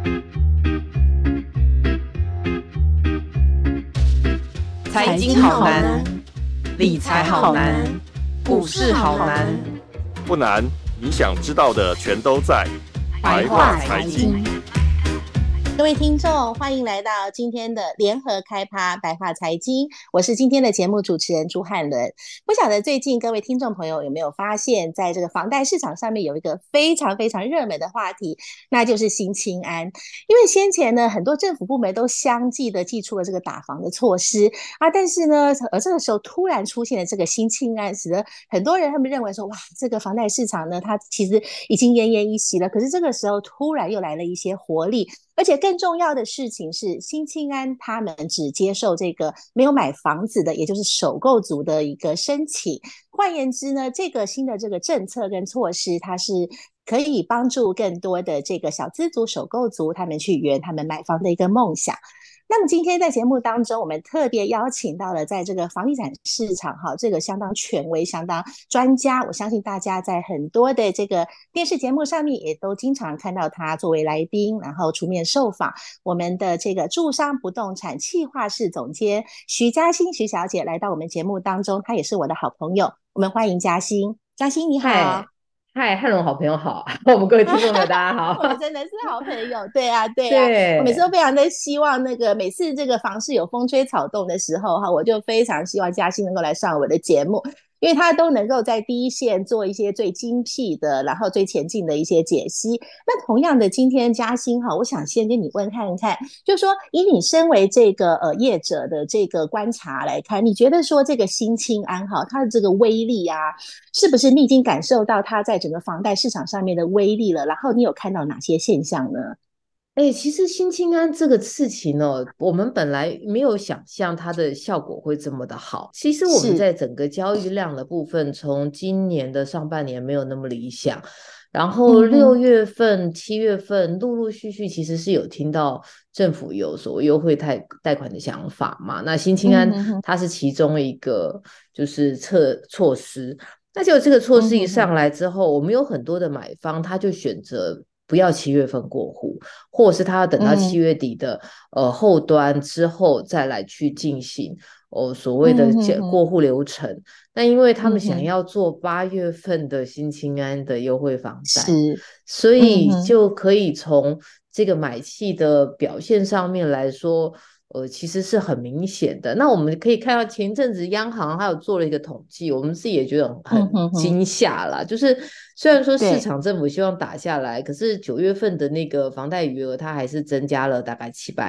财经好难，理财好难，股市好难。 不难，你想知道的全都在白话财经。 各位听众，欢迎来到今天的联合开趴白话财经，我是今天的节目主持人朱汉伦。不晓得最近各位听众朋友有没有发现，在这个房贷市场上面有一个非常非常热门的话题，那就是新青安。因为先前呢，很多政府部门都相继的祭出了这个打房的措施啊，但是呢，这个时候突然出现了这个新青安，使得很多人他们认为说，哇，这个房贷市场呢，它其实已经奄奄一息了。可是这个时候突然又来了一些活力。而且更重要的事情是，新青安他们只接受这个没有买房子的，也就是首购族的一个申请。换言之呢，这个新的这个政策跟措施，它是可以帮助更多的这个小资族、首购族他们去圆他们买房的一个梦想。那么今天在节目当中，我们特别邀请到了在这个房地产市场这个相当权威、相当专家，我相信大家在很多的这个电视节目上面也都经常看到他作为来宾，然后出面受访。我们的这个住商不动产企划室总监徐嘉欣徐小姐来到我们节目当中，她也是我的好朋友，我们欢迎嘉欣。嘉欣你好。 嗨，汉龙好朋友好，我们各位听众朋友大家好。 我们真的是好朋友，对啊，对啊。对，我每次都非常的希望每次这个房市有风吹草动的时候我就非常希望嘉欣能够来上我的节目，因为他都能够在第一线做一些最精辟的，然后最前进的一些解析。那同样的，今天嘉欣我想先跟你问看看，就是说以你身为这个业者的这个观察来看，你觉得说这个新青安它的这个威力啊，是不是你已经感受到它在整个房贷市场上面的威力了？然后你有看到哪些现象呢？ 其实新青安这个事情我们本来没有想象它的效果会这么的好。其实我们在整个交易量的部分，从今年的上半年没有那么理想，然后6月份、7月份陆陆续续其实是有听到政府有所谓优惠贷款的想法嘛。那新青安它是其中一个就是措施。那就这个措施一上来之后，我们有很多的买方他就选择不要7月份过户，或者是他要等到7月底的后端之后再来去进行所谓的过户流程。那因为他们想要做8月份的新青安的优惠房贷，所以就可以从这个买气的表现上面来说其实是很明显的。那我们可以看到前一阵子央行还有做了一个统计，我们自己也觉得很惊吓啦。就是虽然说市场政府希望打下来，可是9月份的那个房贷余额它还是增加了大概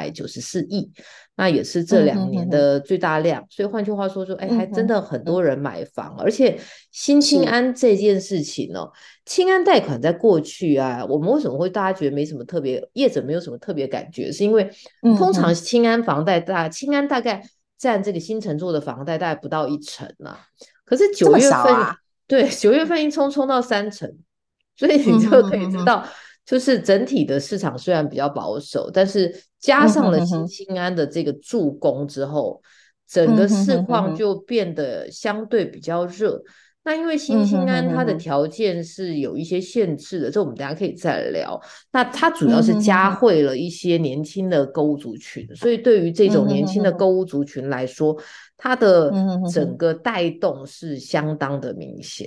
794亿，那也是这2年的最大量。所以换句话说还真的很多人买房。而且新青安这件事情青安贷款在过去啊，我们为什么会大家觉得没什么特别，业者没有什么特别感觉，是因为通常青安房贷青安大概占这个新承做的房贷大概不到1%啦。可是9月份对9月份一冲到3%，所以你就可以知道就是整体的市场虽然比较保守，但是加上了新青安的这个助攻之后，整个市况就变得相对比较热。那因为新青安它的条件是有一些限制的，这我们等一下可以再聊。那它主要是加惠了一些年轻的购屋族群，所以对于这种年轻的购屋族群来说，它的整个带动是相当的明显。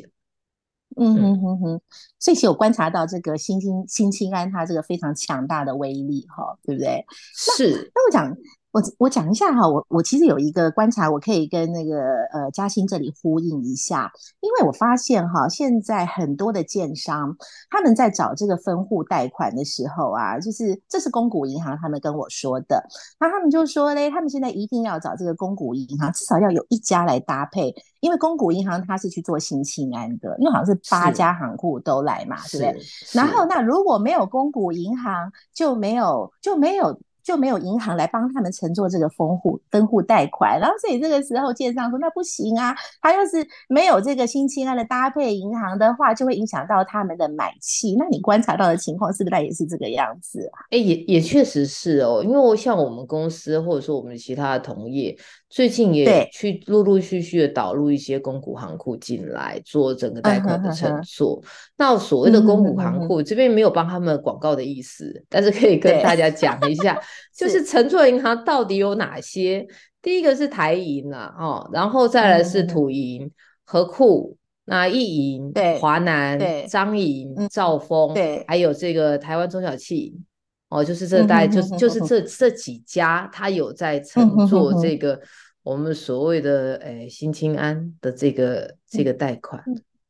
所以其实有观察到这个新青安它这个非常强大的威力对不对？ 是。 那我讲一下我其实有一个观察，我可以跟嘉欣这里呼应一下。因为我发现现在很多的建商他们在找这个分户贷款的时候啊，就是这是公股银行他们跟我说的，那他们就说嘞，他们现在一定要找这个公股银行，至少要有一家来搭配，因为公股银行它是去做新青安的，因为好像是8家行库都来嘛，对不对？然后那如果没有公股银行，就没有银行来帮他们承做这个分户贷款，然后所以这个时候建商说那不行啊，他要是没有这个新青安的搭配银行的话，就会影响到他们的买气。那你观察到的情况是不是也是这个样子？ 也确实是因为像我们公司或者说我们其他的同业， 最近也对， 去陆陆续续的导入一些公股行库进来做整个贷款的承做。那所谓的公股行库这边没有帮他们广告的意思，但是可以跟大家讲一下，就是承做银行到底有哪些。第一个是台银然后再来是土银、合库、那一银、华南、彰银、兆丰，还有这个台湾中小企银。就是这大概就是这几家，他有在承做这个我们所谓的新青安的这个贷款。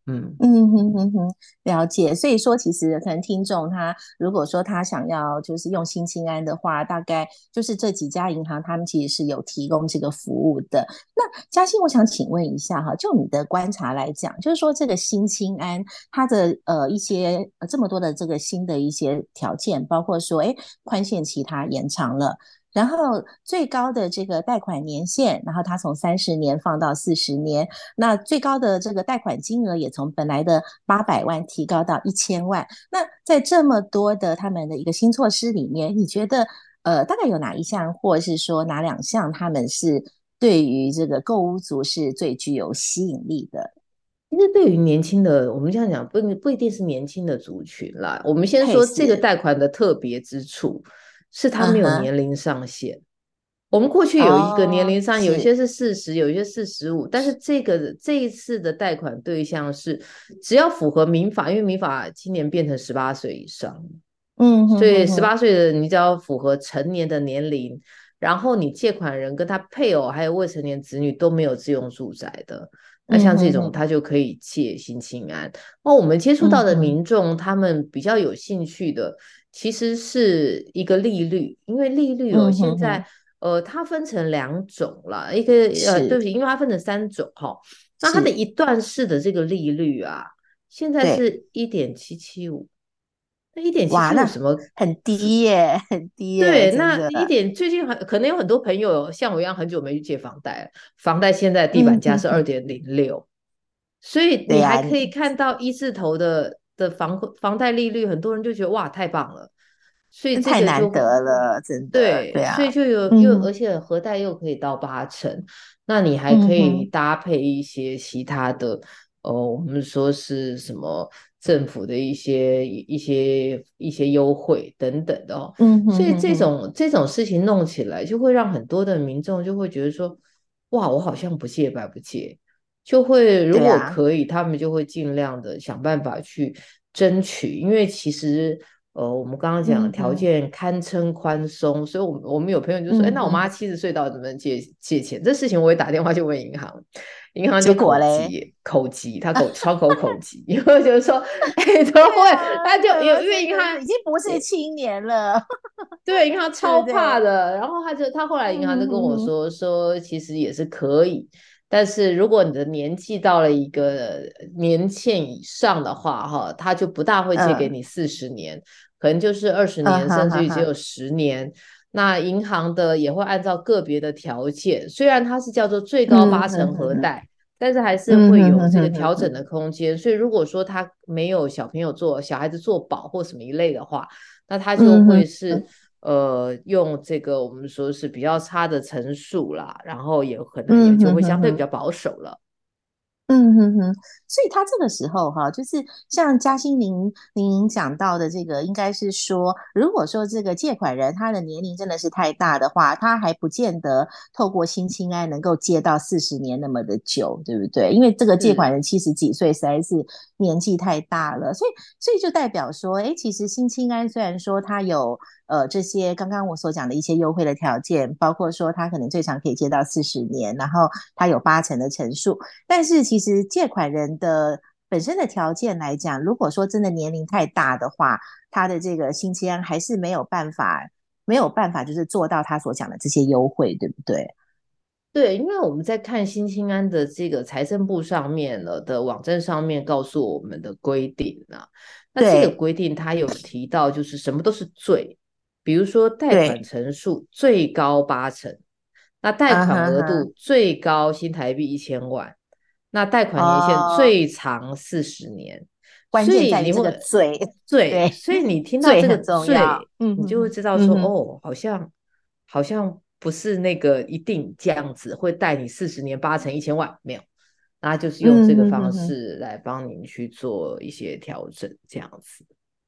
了解。所以说其实可能听众他如果说他想要就是用新青安的话，大概就是这几家银行他们其实是有提供这个服务的。那嘉欣，我想请问一下哈，就你的观察来讲，就是说这个新青安它的一些这么多的这个新的一些条件，包括说宽限期它延长了，然后最高的这个贷款年限，然后它从30年放到40年，那最高的这个贷款金额也从本来的800万提高到1000万。那在这么多的他们的一个新措施里面，你觉得大概有哪一项，或者是说哪2项，他们是对于这个购屋族是最具有吸引力的？ 其实对于年轻的，我们这样讲不一定是年轻的族群啦。我们先说这个贷款的特别之处是它没有年龄上限。我们过去有一个年龄上，有一些是40，有一些45，但是这一次的贷款对象是只要符合民法，因为民法今年变成18岁以上，所以18岁的你只要符合成年的年龄，然后你借款人跟他配偶还有未成年子女都没有自用住宅的，那像这种他就可以借新青安。那我们接触到的民众他们比较有兴趣的其实是一个利率，因为利率现在它分成2种啦，一个对不起，因为它分成3种那它的一段式的这个利率现在是 1.775， 那 1.775 什么很低耶，很低耶。 对，那最近可能有很多朋友像我一样很久没去借房贷了，房贷现在地板价是 2.06，所以你还可以看到1字头的房贷利率，很多人就觉得哇太棒了。所以这个太难得了，真的。对啊， 所以就而且核贷又可以到8成，那你还可以搭配一些其他的，我们说是什么政府的一些优惠等等的所以这种事情弄起来，就会让很多的民众就会觉得说，哇，我好像不借白不借，就会如果可以，他们就会尽量的想办法去争取，因为其实。我们刚刚讲条件堪称宽松，所以我们有朋友就说，那我妈70岁到底怎么能借钱？这事情我也打电话去问银行，银行就口急，他窗口口急，因为就是说，怎么会？他就因为银行已经不是青年了， 对，银行超怕的。然后他后来银行就跟我说其实也是可以。但是如果你的年纪到了一个年限以上的话他就不大会借给你40年，可能就是20年，甚至于只有10年。那银行的也会按照个别的条件，虽然它是叫做最高8成核贷，但是还是会有这个调整的空间。所以如果说他没有小孩子做保或什么一类的话，那他就会是用这个我们说是比较差的层数啦，然后也可能也就会相对比较保守了。 所以他这个时候就是像嘉欣您讲到的这个，应该是说，如果说这个借款人他的年龄真的是太大的话，他还不见得透过新青安能够借到40年那么的久，对不对？因为这个借款人70几岁实在是年纪太大了，所以就代表说，其实新青安虽然说他有这些刚刚我所讲的一些优惠的条件，包括说他可能最长可以借到40年，然后他有8成的成数，但是其实借款人的本身的条件来讲，如果说真的年龄太大的话，他的这个新青安还是没有办法就是做到他所讲的这些优惠，对不对？ 对，因为我们在看新青安的这个财政部上面的网站上面告诉我们的规定那这个规定它有提到就是什么都是最，比如说贷款成数最高8成，那贷款额度最高新台币1000万，那贷款年限最长40年。 关键在于这个最， 所以你听到这个最，你就会知道说好像不是那个一定这样子会带你40年8成1000万，没有，那就是用这个方式来帮您去做一些调整，这样子。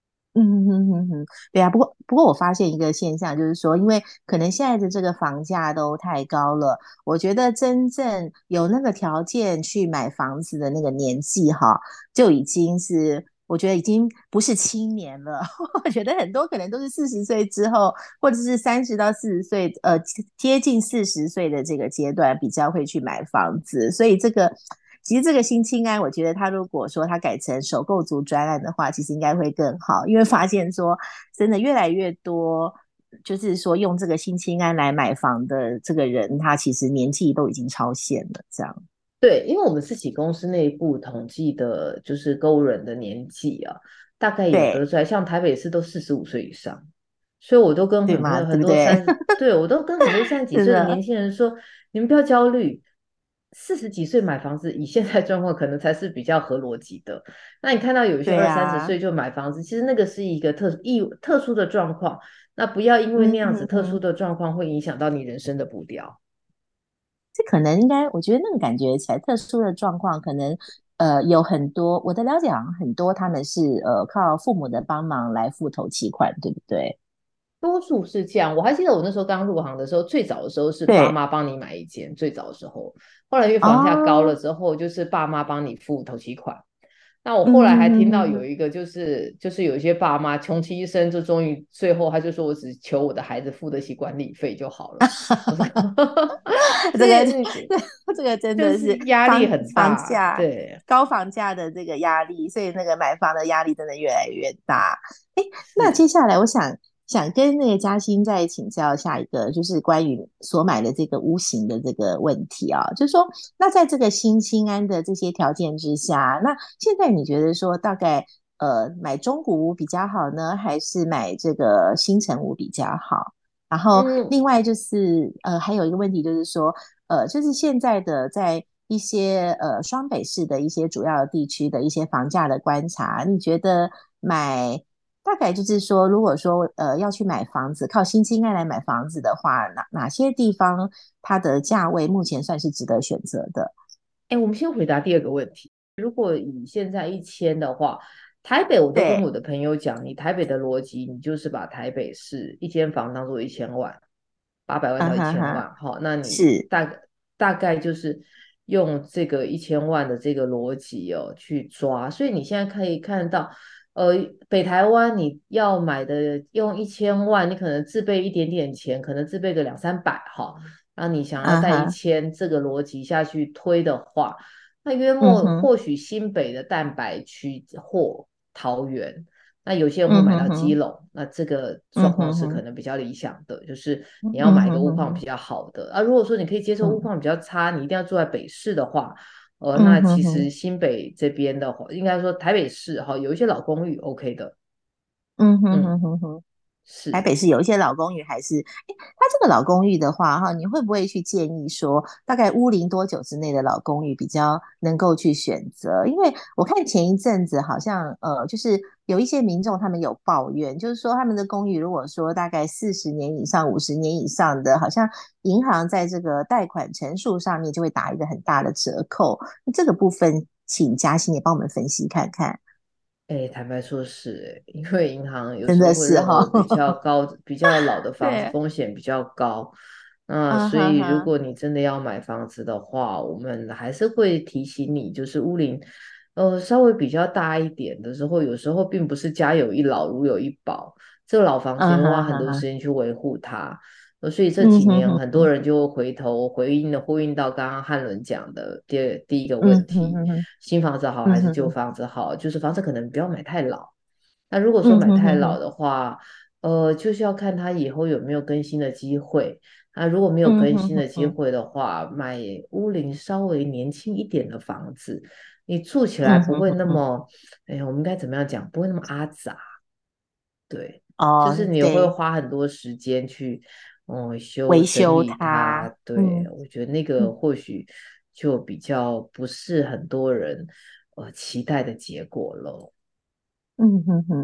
对啊，不过我发现一个现象，就是说，因为可能现在的这个房价都太高了，我觉得真正有那个条件去买房子的那个年纪哈，就已经是我觉得已经不是青年了。我觉得很多可能都是40岁之后，或者是30到40岁，接近40岁的这个阶段比较会去买房子，所以其实这个新青安，我觉得他如果说他改成首购族专案的话，其实应该会更好，因为发现说真的越来越多，就是说用这个新青安来买房的这个人，他其实年纪都已经超限了，这样。 对，因为我们自己公司内部统计的就是购物人的年纪啊，大概有得对出来，像台北市都45岁以上，所以我都跟很多对吗？对很多不对？ 对，我都跟很多30几岁的年真的， 轻人说，你们不要焦虑，40几岁买房子，以现在状况可能才是比较合逻辑的。那你看到有一些对 20、30岁就买房子，其实那个是一个特殊的状况，那不要因为那样子特殊的状况会影响到你人生的步调。 这可能应该，我觉得那个感觉起来特殊的状况，可能有很多我的了解，好像很多他们是靠父母的帮忙来付头期款，对不对？ 多数是这样，我还记得我那时候刚入行的时候，最早的时候是爸对， 妈帮你买一间，最早的时候，后来因为房价高了哦， 之后，就是爸妈帮你付头期款。那我后来还听到有嗯， 一个，就是有一些爸妈穷其一生，就终于最后他就说我只求我的孩子付得起管理费就好了。我说， 这个所以你这个真就的是是压力房很大， 房价对， 高房价的这个压力，所以那个买房的压力真的越来越大。诶，那接是。 下来我想跟那个嘉欣再请教下一个，就是关于所买的这个屋型的这个问题啊，就是说，那在这个新青安的这些条件之下，那现在你觉得说大概买中古屋比较好呢，还是买这个新城屋比较好？然后嗯， 另外就是还有一个问题就是说，就是现在的在一些双北市的一些主要的地区的一些房价的观察，你觉得大概就是说，如果说要去买房子，靠新青安来买房子的话，哪些地方它的价位目前算是值得选择的？ 哎，我们先回答第二个问题。如果以现在1000的话，台北我都跟我对， 的朋友讲，你台北的逻辑，你就是把台北市一间房当做1000万，800万嗯到一哼哼， 千万，好，那你是， 大概就是用这个1000万的这个逻辑哦去抓，所以你现在可以看到，呃，北台湾你要买的用1000万，你可能自备一点点钱，可能自备个200、300哈。那你想要带一嗯哼， 千这个逻辑下去推的话，那约嗯哼， 莫或许新北的蛋白区或桃园，那有些人会买到基嗯哼哼， 隆，那这个状嗯况是可哼哼， 能比较理想的，就是嗯你要买一个哼哼哼， 屋况比较好的啊。如果说你可以接受屋嗯况比较差，你一定要住在北市的话，那嗯哼其实哼。 新北这边的话，应该说台北市哈，有一些老公寓 OK 的， 嗯哼嗯， 哼哼哼，台是。 北市有一些老公寓还是，诶，它这个老公寓的话，哈，你会不会去建议说，大概屋龄多久之内的老公寓比较能够去选择？因为我看前一阵子好像，就是有一些民众他们有抱怨，就是说他们的公寓如果说大概40年以上、50年以上的，好像银行在这个贷款成数上面就会打一个很大的折扣。这个部分，请嘉欣也帮我们分析看看。 哎，坦白说是，因为银行有真的时候会是哈， 认为比较高、比较老的房子对， 风险比较高，那嗯所以如哼哼。 果你真的要买房子的话，我们还是会提醒你，就是屋龄，稍微比较大一点的时候，有时候并不是家有一老如有一宝，这个老房子嗯要花哼哼哼， 很多时间去维护它，所以这嗯几哼哼哼， 年很多人就回头呼应到刚刚汉伦讲的第一个问嗯哼题。 哼哼， 新房子好还是旧嗯哼哼， 房子好？就是房子可能不要买太老。那如果说嗯买太老哼哼哼， 的话，就是要看它以后有没有更新的机会。那如果没有嗯更新的哼哼哼， 机会的话，买屋龄稍微年轻一点的房子，你住起来嗯不会哼哼哼， 那么，哎呀，我们应该怎么样讲？不会那么阿杂。对，就是哦， 你会对， 花很多时间去，整维修理它。 它， 对， 嗯我觉得那个嗯或许就比较不是很多人期待的结果了。 嗯哼哼。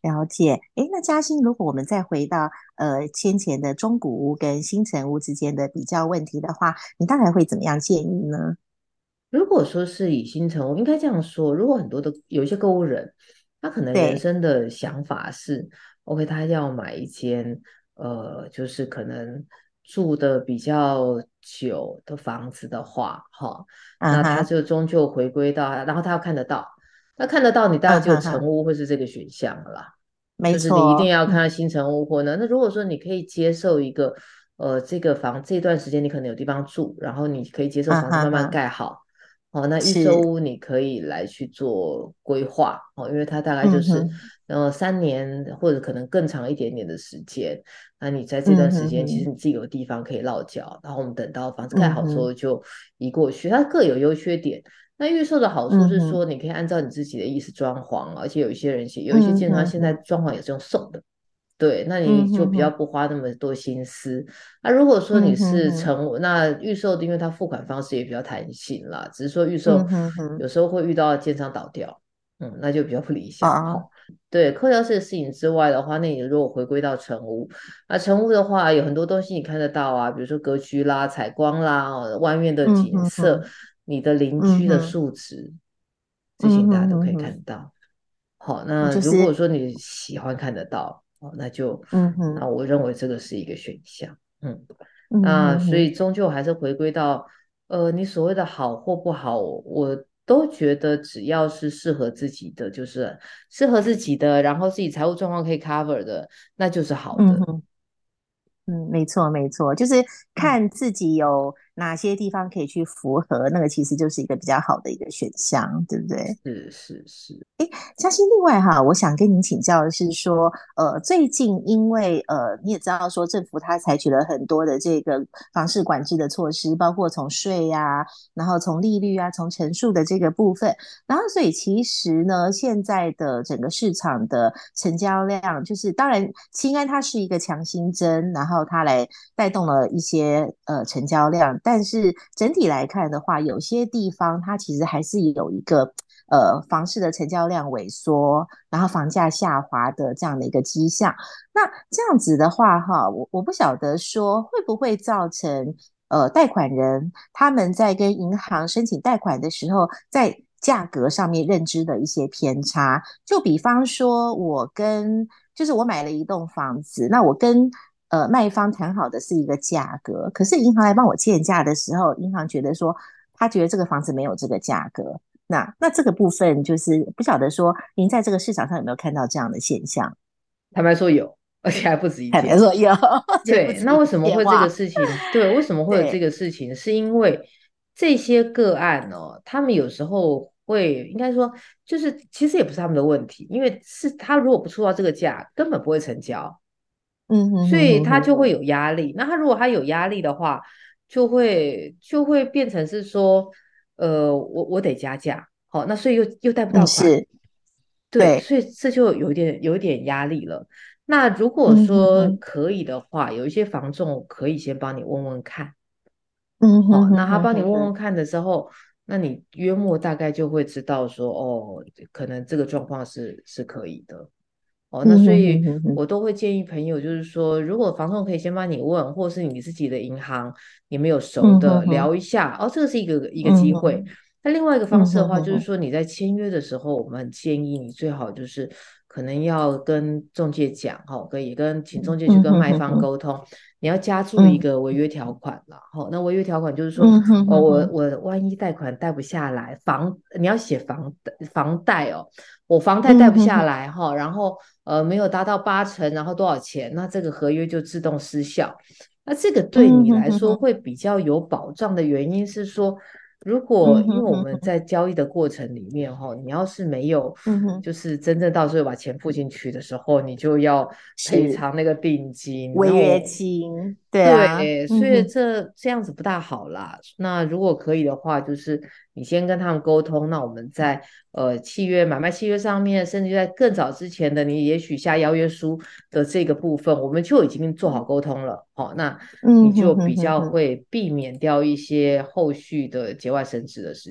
了解。诶，那嘉欣，如果我们再回到先前的中古屋跟新城屋之间的比较问题的话，你大概会怎么样建议呢？ 如果说是以新成屋，应该这样说，如果很多的有一些购物人，他可能人对， 生的想法是，OK，他要买一间就是可能住的比较久的房子的话，哈，那他嗯哼， 就终究回归到，然后他要看得到，那看得到，你当然就嗯哼哼， 成屋会是这个选项了啦。 没就是你一定错， 要看到新成屋或呢。那如果说你可以接受一个，这个房这段时间你可能有地方住，然后你可以接受嗯房子慢慢哼哼， 盖好，哦，那预售是， 屋你可以来去做规划，哦，因为它大概就是嗯哼， 3年或者可能更长一点点的时间。那你在这嗯段时间，其实哼哼， 你自己有地方可以落脚，然后我们等到房子盖好之嗯哼， 后就移过去，它各有优缺点。那预售的好处嗯哼， 是说，你可以按照你自己的意思装潢，而且有一些嗯建商现在哼哼， 装潢也是用送的。对，那你就比较嗯哼哼， 不花那么多心思。那如果说你嗯哼哼， 是那预售的，因为它付款方式也比较弹性啦，只是说预售嗯哼哼， 有时候会遇到建商倒掉，那就比较不理想。 啊， 好，对，扣掉这个事情之外的话，那你如果回归到成屋，那成屋的话有很多东西你看得到啊，比如说格局啦、采光啦、外面的嗯景色、 哼哼， 你的邻居的嗯哼， 素质，这些嗯你大家都可以哼哼哼， 看到。好，那如果就是， 说你喜欢看得到，哦，那嗯哼， 我认为这个是一个选项。 嗯那哼哼， 所以终究还是回归到，你所谓的好或不好，我都觉得只要是适合自己的，就是适合自己的，然后自己财务状况可以 cover 的，那就是好的。 嗯哼。嗯，没错，没错，就是嗯， 看自己有哪些地方可以去符合，那个其实就是一个比较好的一个选项，对不对？ 是是是， 嘉欣，另外哈，我想跟您请教的是说，最近因为你也知道说政府它采取了很多的这个房市管制的措施，包括从税呀、然后从利率啊，从成数的这个部分，然后所以其实呢，现在的整个市场的成交量，就是当然青安它是一个强心针，然后它来带动了一些成交量，但是整体来看的话，有些地方它其实还是有一个。房市的成交量萎缩，然后房价下滑的这样的一个迹象。那这样子的话，哈，我不晓得说会不会造成贷款人他们在跟银行申请贷款的时候，在价格上面认知的一些偏差。就比方说，就是我买了一栋房子，那我跟卖方谈好的是一个价格，可是银行来帮我建价的时候，银行觉得说他觉得这个房子没有这个价格。那这个部分就是不晓得说，您在这个市场上有没有看到这样的现象？ 坦白说有，而且还不止一件。 坦白说有，且不对， 止一那为什么会这个件哇， 事情？对，为什么会有这对， 个事情？是因为这些个案哦，他们有时候会，应该说，就是其实也不是他们的问题，因为是他如果不出到这个价，根本不会成交， 嗯哼所哼哼哼哼， 以他就会有压力。那他如果他有压力的话，就会变成是说，我得加价，好，那所以又贷不到款， 是， 对， 对， 所以这就有一点压力了。那如果嗯哼说哼， 可以的话，有一些房仲可以先帮你问问看，好， 嗯哼哼那他帮你哼哼哼， 问问看的时候，那你约莫大概就会知道说，哦，可能这个状况是可以的。哦，那嗯哼哼所以哼哼， 我都会建议朋友，就是说，如果房仲可以先帮你问，或是你自己的银行你没有熟嗯的哼哼， 聊一下，哦，这个是一个机会。 嗯哼， 那另外一个方嗯式的话， 哼哼哼， 就是说你在签约的时候，我们很建议你最好就是可能要跟中介讲，哈，请中介去嗯跟卖哼哼哼， 方沟通，你要加注一嗯个违约条款啦，哈，那违约条款就是说， 嗯哼哦， 哼哼， 我万一贷款贷不下来，你要写房贷哦。我房贷贷不下嗯哼哼， 来哈，然后没有达到80%，然后多少钱，那这个合约就自动失效。那这个对嗯你来说哼哼哼， 会比较有保障的原因是说，如果嗯因为我哼哼哼， 们在交易的过程里面哈，你要是没有嗯哼， 就是真正到最后把钱付进去的时候，你就要赔是偿那个定金， 违约然后金，对啊， 对，所以嗯哼， 这样子不大好啦。那如果可以的话，就是你先跟他们沟通，那我们在买卖契约上面，甚至在更早之前的，你也许下邀约书的这个部分，我们就已经做好沟通了。好，那你嗯哼就比较哼哼哼。 会避免掉一些后续的节外生枝的事情。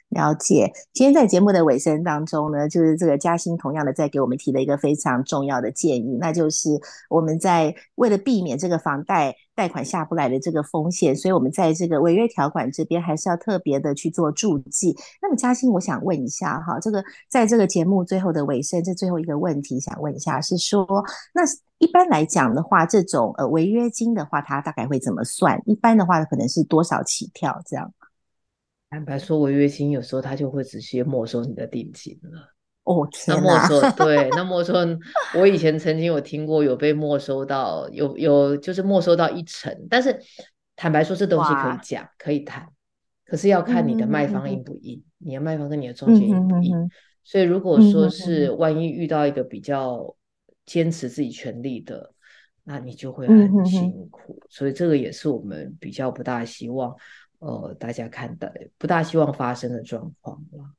了解。今天在节目的尾声当中呢，就是这个嘉欣同样的在给我们提了一个非常重要的建议，那就是我们在为了避免这个房贷贷款下不来的这个风险，所以我们在这个违约条款这边还是要特别的去做注记。那么嘉欣，我想问一下哈，这个在这个节目最后的尾声，这最后一个问题想问一下，是说那一般来讲的话，这种违约金的话，它大概会怎么算？一般的话可能是多少起跳这样？ 坦白说，违约金有时候他就会直接没收你的定金了。 哦，天哪！ 对， 那没收，我以前曾经有听过有被没收到，有就是没收到1成，但是坦白说，这东西可以讲可以谈，可是要看你的卖方硬不硬，你的卖方跟你的中介硬不硬。所以如果说是万一遇到一个比较坚持自己权利的，那你就会很辛苦。所以这个也是我们比较不大希望大家看到不大希望发生的状况啦。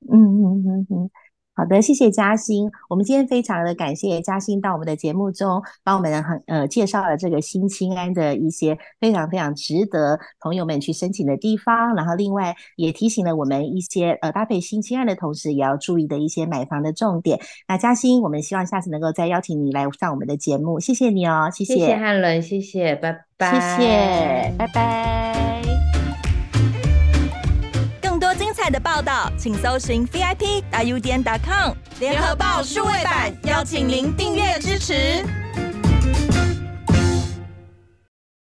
好的，谢谢嘉欣。我们今天非常的感谢嘉欣到我们的节目中，帮我们介绍了这个新青安的一些非常非常值得朋友们去申请的地方，然后另外也提醒了我们一些搭配新青安的同时也要注意的一些买房的重点。那嘉欣，我们希望下次能够再邀请你来上我们的节目，谢谢你哦，谢谢汉伦，谢谢，拜拜， 谢谢，拜拜。 更多精彩的报道，请搜寻 VIP.UDN.com 联合报数位版，邀请您订阅支持。